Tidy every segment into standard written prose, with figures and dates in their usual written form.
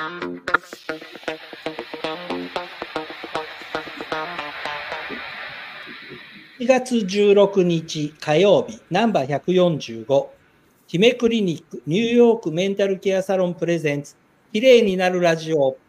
4月16日火曜日、ナンバー145、姫クリニックニューヨークメンタルケアサロンプレゼンツ、きれいになるラジオ。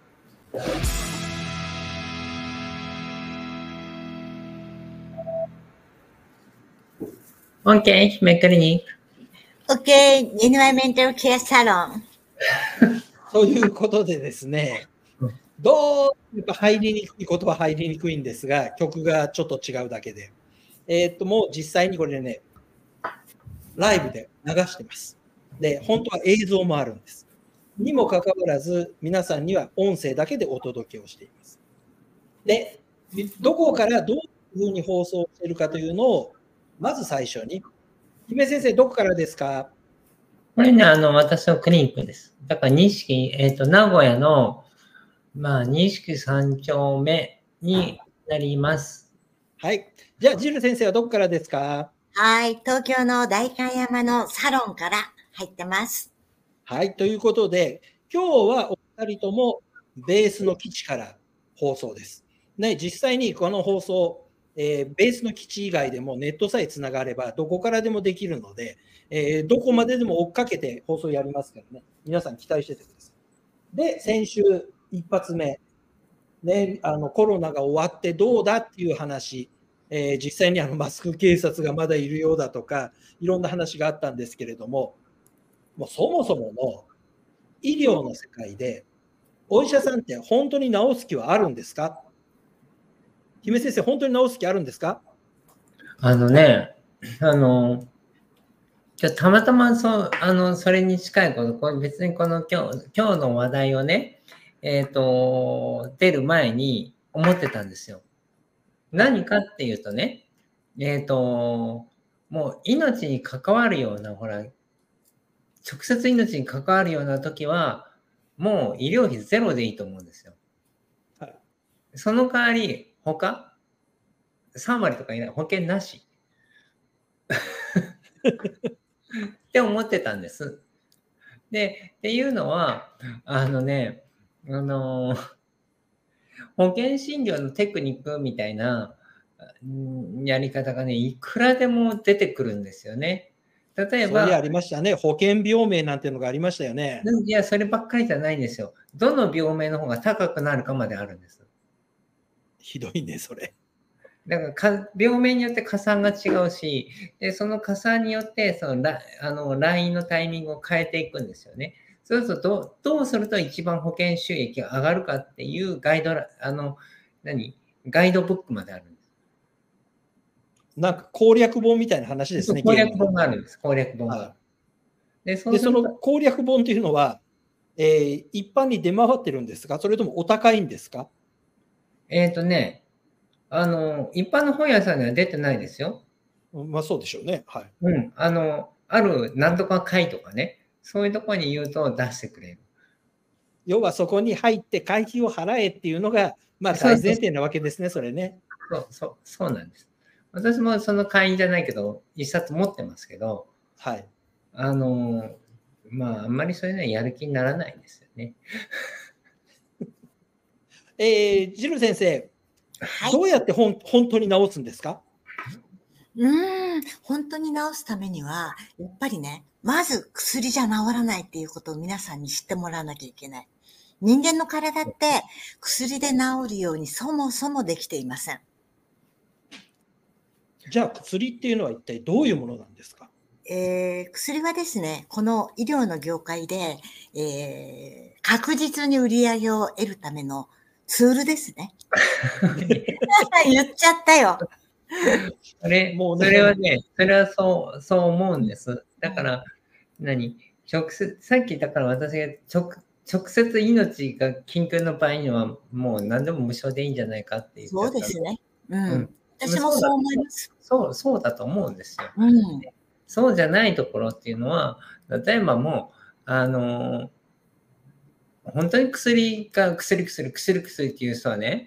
OK、姫クリニック。OK、ニューメンタルケアサロン。 ということでですね、どうやっぱ入りにくい言葉入りにくいんですが、曲がちょっと違うだけで。もう実際にこれね、ライブで流してます。で、本当は映像もあるんです。にもかかわらず、皆さんには音声だけでお届けをしています。で、どこからどういうふうに放送しているかというのを、まず最初に、姫先生、どこからですか？ これね、私のクリニックです。だから錦、名古屋の、錦3丁目になります。 はい。じゃあ、ジル先生はどこからですか？ はい。東京の代官山のサロンから入ってます。 はい。ということで、今日はお二人ともベースの基地から放送です。ね、実際にこの放送、ベースの基地以外でもネットさえつながればどこからでもできるので、どこまででも追っかけて放送やりますからね。皆さん期待しててください。で、先週一発目、ね、コロナが終わってどうだっていう話、実際にマスク警察がまだいるようだとか、いろんな話があったんですけれども、もうそもそもの医療の世界で、お医者さんって本当に治す気はあるんですか？姫先生、本当に治す気あるんですか？ たまたまそれに近いこと、これ別にこの今日の話題をね、出る前に思ってたんですよ。何かっていうとね、もう命に関わるような、ほら、直接命に関わるような時は、もう医療費ゼロでいいと思うんですよ。 はい、 その代わり、他3割とかいない、保険なし。って思ってたんです。で、っていうのは、保険診療のテクニックみたいなやり方がね、いくらでも出てくるんですよね。例えば。 そういありましたね。保険病名なんていうのがありましたよね。 いや、そればっかりじゃないんですよ。どの病名の方が高くなるかまであるんです。 ひどいね、それ。 だから病名によって加算が違うし、でその加算によってラインのタイミングを変えていくんですよね。そうするとどうすると一番保険収益が上がるかっていうガイドブックまであるんです。 なんか攻略本みたいな話ですね。 攻略本があるんです。攻略本が。はい、でその攻略本というのは、一般に出回ってるんですか？それともお高いんですか？ 一般の本屋さんには出てないですよ。 まあそうでしょうね。はい。 あるなんとか会とかね、そういうところに言うと出してくれる。 要はそこに入って会費を払えっていうのが、まあ大前提なわけですね、それね。 そうなんです。私もその会員じゃないけど、一冊持ってますけど、 はい。 あんまりそういうのはやる気にならないんですよね。 ジル先生、はい、どうやって本当に治すんですか？ 本当に治すためには、やっぱりね、まず薬じゃ治らないっていうことを皆さんに知ってもらわなきゃいけない。人間の体って薬で治るようにそもそもできていません。 じゃあ薬っていうのは一体どういうものなんですか？ 薬はですね、この医療の業界で、確実に売り上げを得るためのツールですね。言っちゃったよ。 それはね、それはそう思うんです。だから、さっきだから私が直接命が緊急の場合にはもう何でも無償でいいんじゃないかって言っちゃった。 そうですね。私もそう思います。 そうだと思うんですよ。そうじゃないところっていうのは、例えばもう、本当に薬っていう人はね、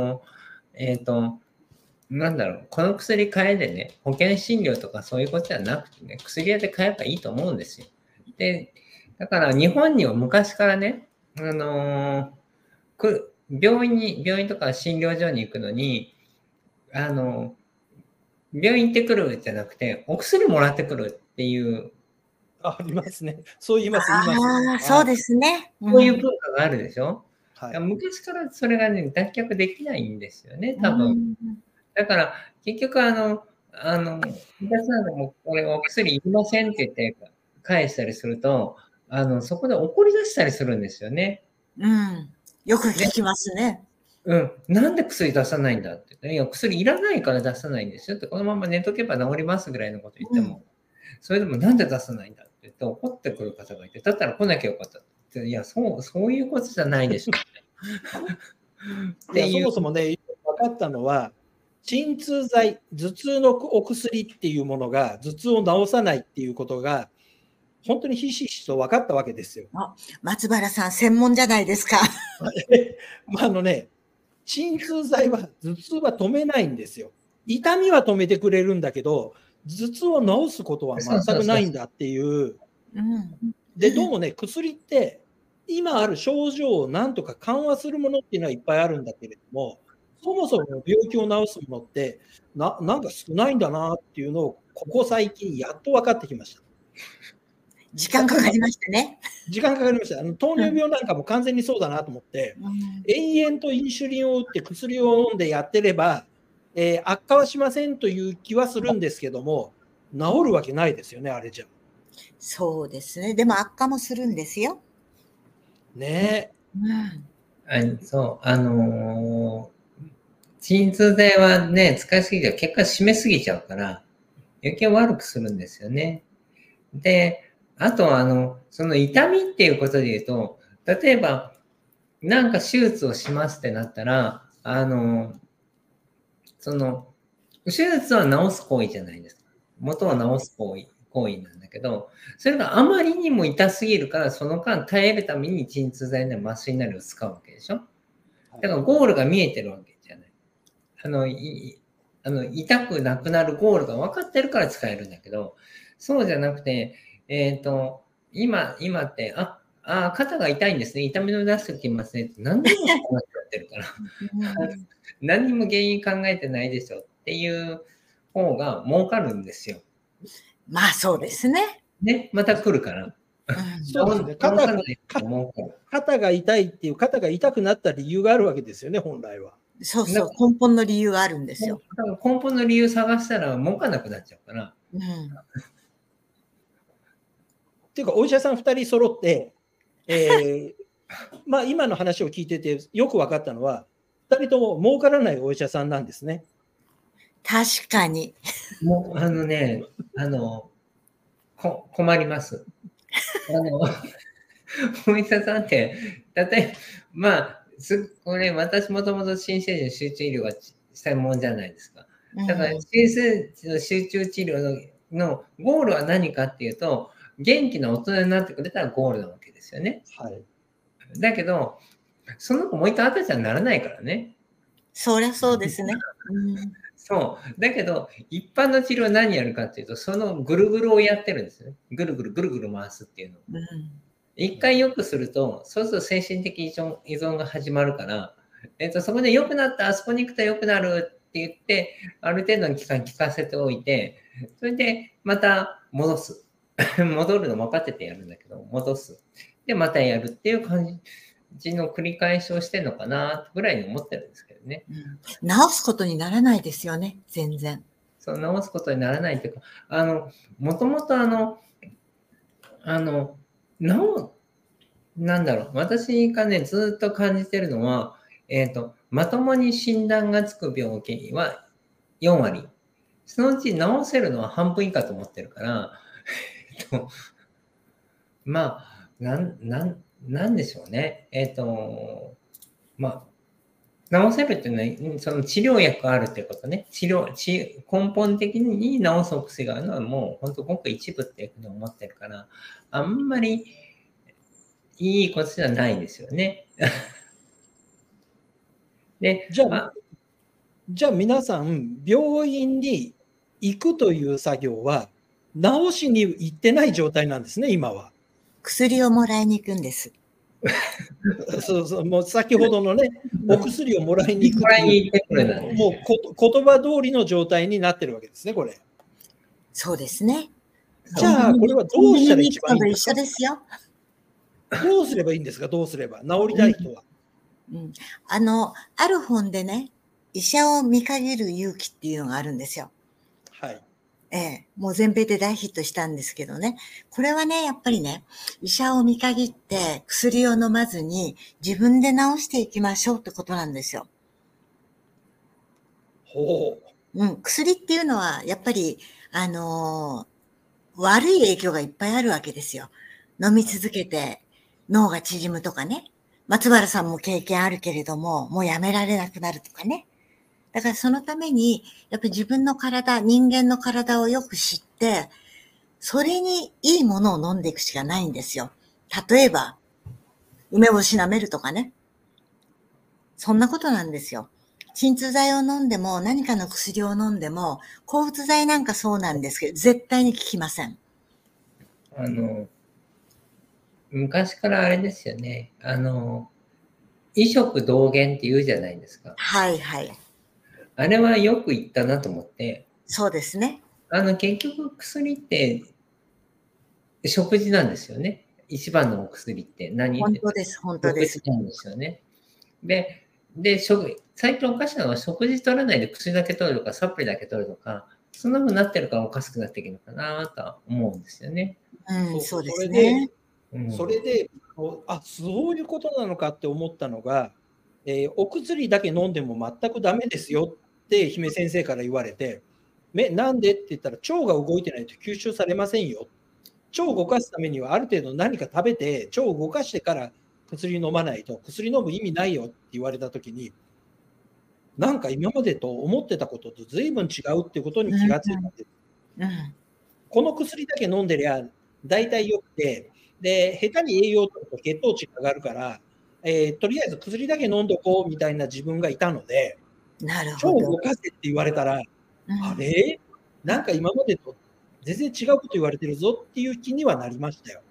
この薬買えでね、保険診療とかそういうことじゃなくてね、薬屋で買えばいいと思うんですよ。で、だから日本には昔からね、 病院とか診療所に行くのに、病院行ってくるじゃなくて、お薬もらってくるっていう。 ありますね。そう言います。 そうですね。 そういう文化があるでしょ。 はい、 昔からそれがね、脱却できないんですよね、多分。だから、結局私なんかもこれお薬いりませんって言って返したりすると、そこで怒り出したりするんですよね。 よく聞きますね。 なんで薬出さないんだって言って、いや、薬いらないから出さないんですよって、このまま寝とけば治りますぐらいのこと言っても、それでもなんで出さないんだって言って怒ってくる方がいて、だったら来なきゃよかったって。いや、そういうことじゃないでしょ。 いや、そもそもね、分かったのは、鎮痛剤、頭痛のお薬っていうものが頭痛を治さないっていうことが、本当にひしひしと分かったわけですよ。 松原さん、専門じゃないですか。 鎮痛剤は頭痛は止めないんですよ。痛みは止めてくれるんだけど、頭痛を治すことは全くないんだっていう。で、どうもね、薬って、今ある症状をなんとか緩和するものっていうのはいっぱいあるんだけれども、そもそも病気を治すものって、なんか少ないんだなっていうのを、ここ最近やっと分かってきました。 時間かかりましたね。 時間かかりました。糖尿病なんかも完全にそうだなと思って、延々とインシュリンを打って薬を飲んでやってれば、悪化はしませんという気はするんですけども、治るわけないですよね、あれじゃ。 そうですね。でも悪化もするんですよ。 ねえ。そう、鎮痛剤はね、使いすぎちゃう。結果締めすぎちゃうから、余計悪くするんですよね。で、あとその痛みっていうことで言うと、例えば、なんか手術をしますってなったら、手術は治す行為じゃないですか。元は治す行為なんだけど、それがあまりにも痛すぎるから、その間耐えるために鎮痛剤なり麻酔なりを使うわけでしょ。だからゴールが見えてるわけじゃない。痛くなくなるゴールが分かってるから使えるんだけど、そうじゃなくて、今って、肩が痛いんですね。痛みの出してきますね。何にもそうなっちゃってるから。何にも原因考えてないでしょっていう方が儲かるんですよ。 まあそうですね。 ね、また来るから。 そうですね。肩が痛いっていう、肩が痛くなった理由があるわけですよね、本来は。 そうそう、根本の理由があるんですよ。 根本の理由探したら儲かんなくなっちゃうから。 っていうか、お医者さん2人揃って、今の話を聞いててよく分かったのは、2人とも儲からないお医者さんなんですね。 確かに。 もう困ります。お医者さんって、例えば、これ私もともと新生児の集中医療が専門じゃないですか。だから新生児の集中治療のゴールは何かっていうと、元気な大人になってくれたらゴールなわけですよね。 はい。 だけど、その子もう一回赤ちゃんにならないからね。 そりゃそうですね。 そう。だけど、一般の治療は何やるかっていうと、そのぐるぐるをやってるんですね。ぐるぐる回すっていうのを。一回良くすると、そうすると精神的依存が始まるから、そこで良くなった、あそこに行くと良くなるって言って、ある程度の期間聞かせておいて、それでまた戻す。戻るの分かっててやるんだけど、戻す。で、またやるっていう感じの繰り返しをしてるのかな、ぐらいに思ってるんですけどね。 治すことにならないですよね、全然。 そう、治すことにならないっていうか、もともとなんだろう、私がね、ずっと感じてるのは、まともに診断がつく病気は4割。そのうち治せるのは半分以下と思ってるから、なんでしょうね。治せるっていうのは、その治療薬があるっていうことね。根本的に治すお薬があるのはもう本当ごく一部っていうふうに思ってるから、あんまりいいことじゃないですよね。で、 じゃあ皆さん、病院に行くという作業は、治しに行ってない状態なんですね、今は。 薬をもらいに行くんです。 そうそう、もう先ほどのね、お薬をもらいに行くっていう、もう言葉通りの状態になってるわけですね、これ。 そうですね。 じゃあ、これはどうしたら一番いいんですか？ 一緒ですよ。 どうすればいいんですか？どうすれば。治りたい人は。 ある本でね、医者を見限る勇気っていうのがあるんですよ。 はい。 もう全米で大ヒットしたんですけどね。これはね、やっぱりね、医者を見限って薬を飲まずに自分で治していきましょうってことなんですよ。 ほう。薬っていうのは、やっぱり、悪い影響がいっぱいあるわけですよ。飲み続けて脳が縮むとかね。松原さんも経験あるけれども、もうやめられなくなるとかね。だからそのために、やっぱり自分の体、人間の体をよく知って、それにいいものを飲んでいくしかないんですよ。例えば、梅干し舐めるとかね。そんなことなんですよ。鎮痛剤を飲んでも、何かの薬を飲んでも、抗うつ剤なんかそうなんですけど、絶対に効きません。 昔からあれですよね。医食同源って言うじゃないですか。 はいはい。 あれはよく言ったなと思って。 そうですね。 結局薬って食事なんですよね。一番のお薬って本当です、本当です。 食事なんですよね。で、最近おかしなのは食事取らないで薬だけ取るとか、サプリだけ取るとか、そんな風になってるからおかしくなっているのかなとは思うんですよね。 そうですね。 それで、そういうことなのかって思ったのが、お薬だけ飲んでも全くダメですよって姫先生から言われて、なんでって言ったら、腸が動いてないと吸収されませんよ。腸を動かすためにはある程度何か食べて、腸を動かしてから薬飲まないと、薬飲む意味ないよって言われたときに、なんか今までと思ってたことと随分違うってことに気がついたんです。この薬だけ飲んでりゃ大体よくて、で、下手に栄養とると血糖値が上がるから、とりあえず薬だけ飲んどこうみたいな自分がいたので、腸を動かせって言われたら、あれなんか今までと全然違うこと言われてるぞっていう気にはなりましたよ。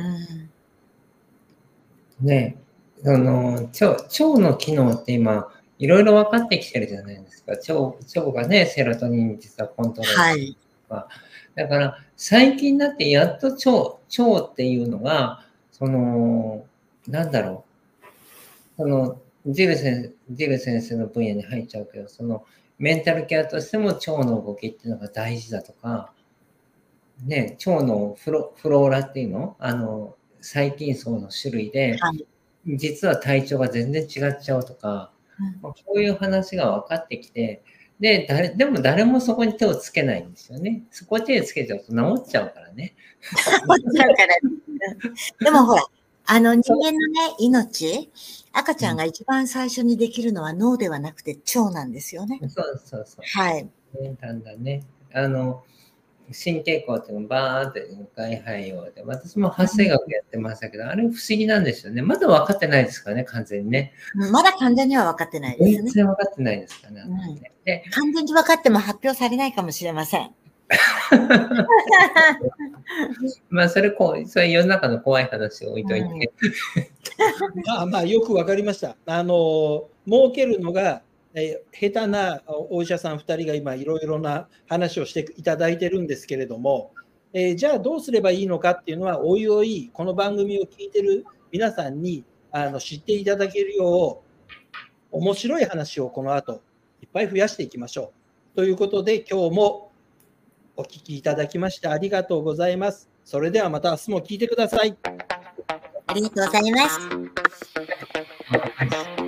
ねえ、腸の機能って今、いろいろ分かってきてるじゃないですか。腸がね、セロトニン実はコントロールするとか。だから、最近になってやっと腸っていうのが、なんだろう。ジル先生の分野に入っちゃうけど、メンタルケアとしても腸の動きっていうのが大事だとか、ね、腸のフローラっていうの細菌層の種類で、実は体調が全然違っちゃうとか、こういう話が分かってきて、でも誰もそこに手をつけないんですよね。そこに手をつけちゃうと治っちゃうからね。 でもほら、人間のね、命、赤ちゃんが一番最初にできるのは脳ではなくて腸なんですよね。 そう。 はい。 だんだんね。心抵抗っていうのバーって外肺用で、私も発生学やってましたけど、あれ不思議なんですよね。まだ分かってないですからね、完全にね。 まだ完全には分かってないですね。 全然分かってないですからね。完全に分かっても発表されないかもしれません。 それ世の中の怖い話を置いといて。 よく分かりました。儲けるのが下手なお医者さん2人が今いろいろな話をしていただいてるんですけれども、じゃあどうすればいいのかっていうのはおいおいこの番組を聞いてる皆さんに知っていただけるよう面白い話をこの後いっぱい増やしていきましょうということで、今日もお聞きいただきましてありがとうございます。それではまた明日も聞いてください。 ありがとうございます。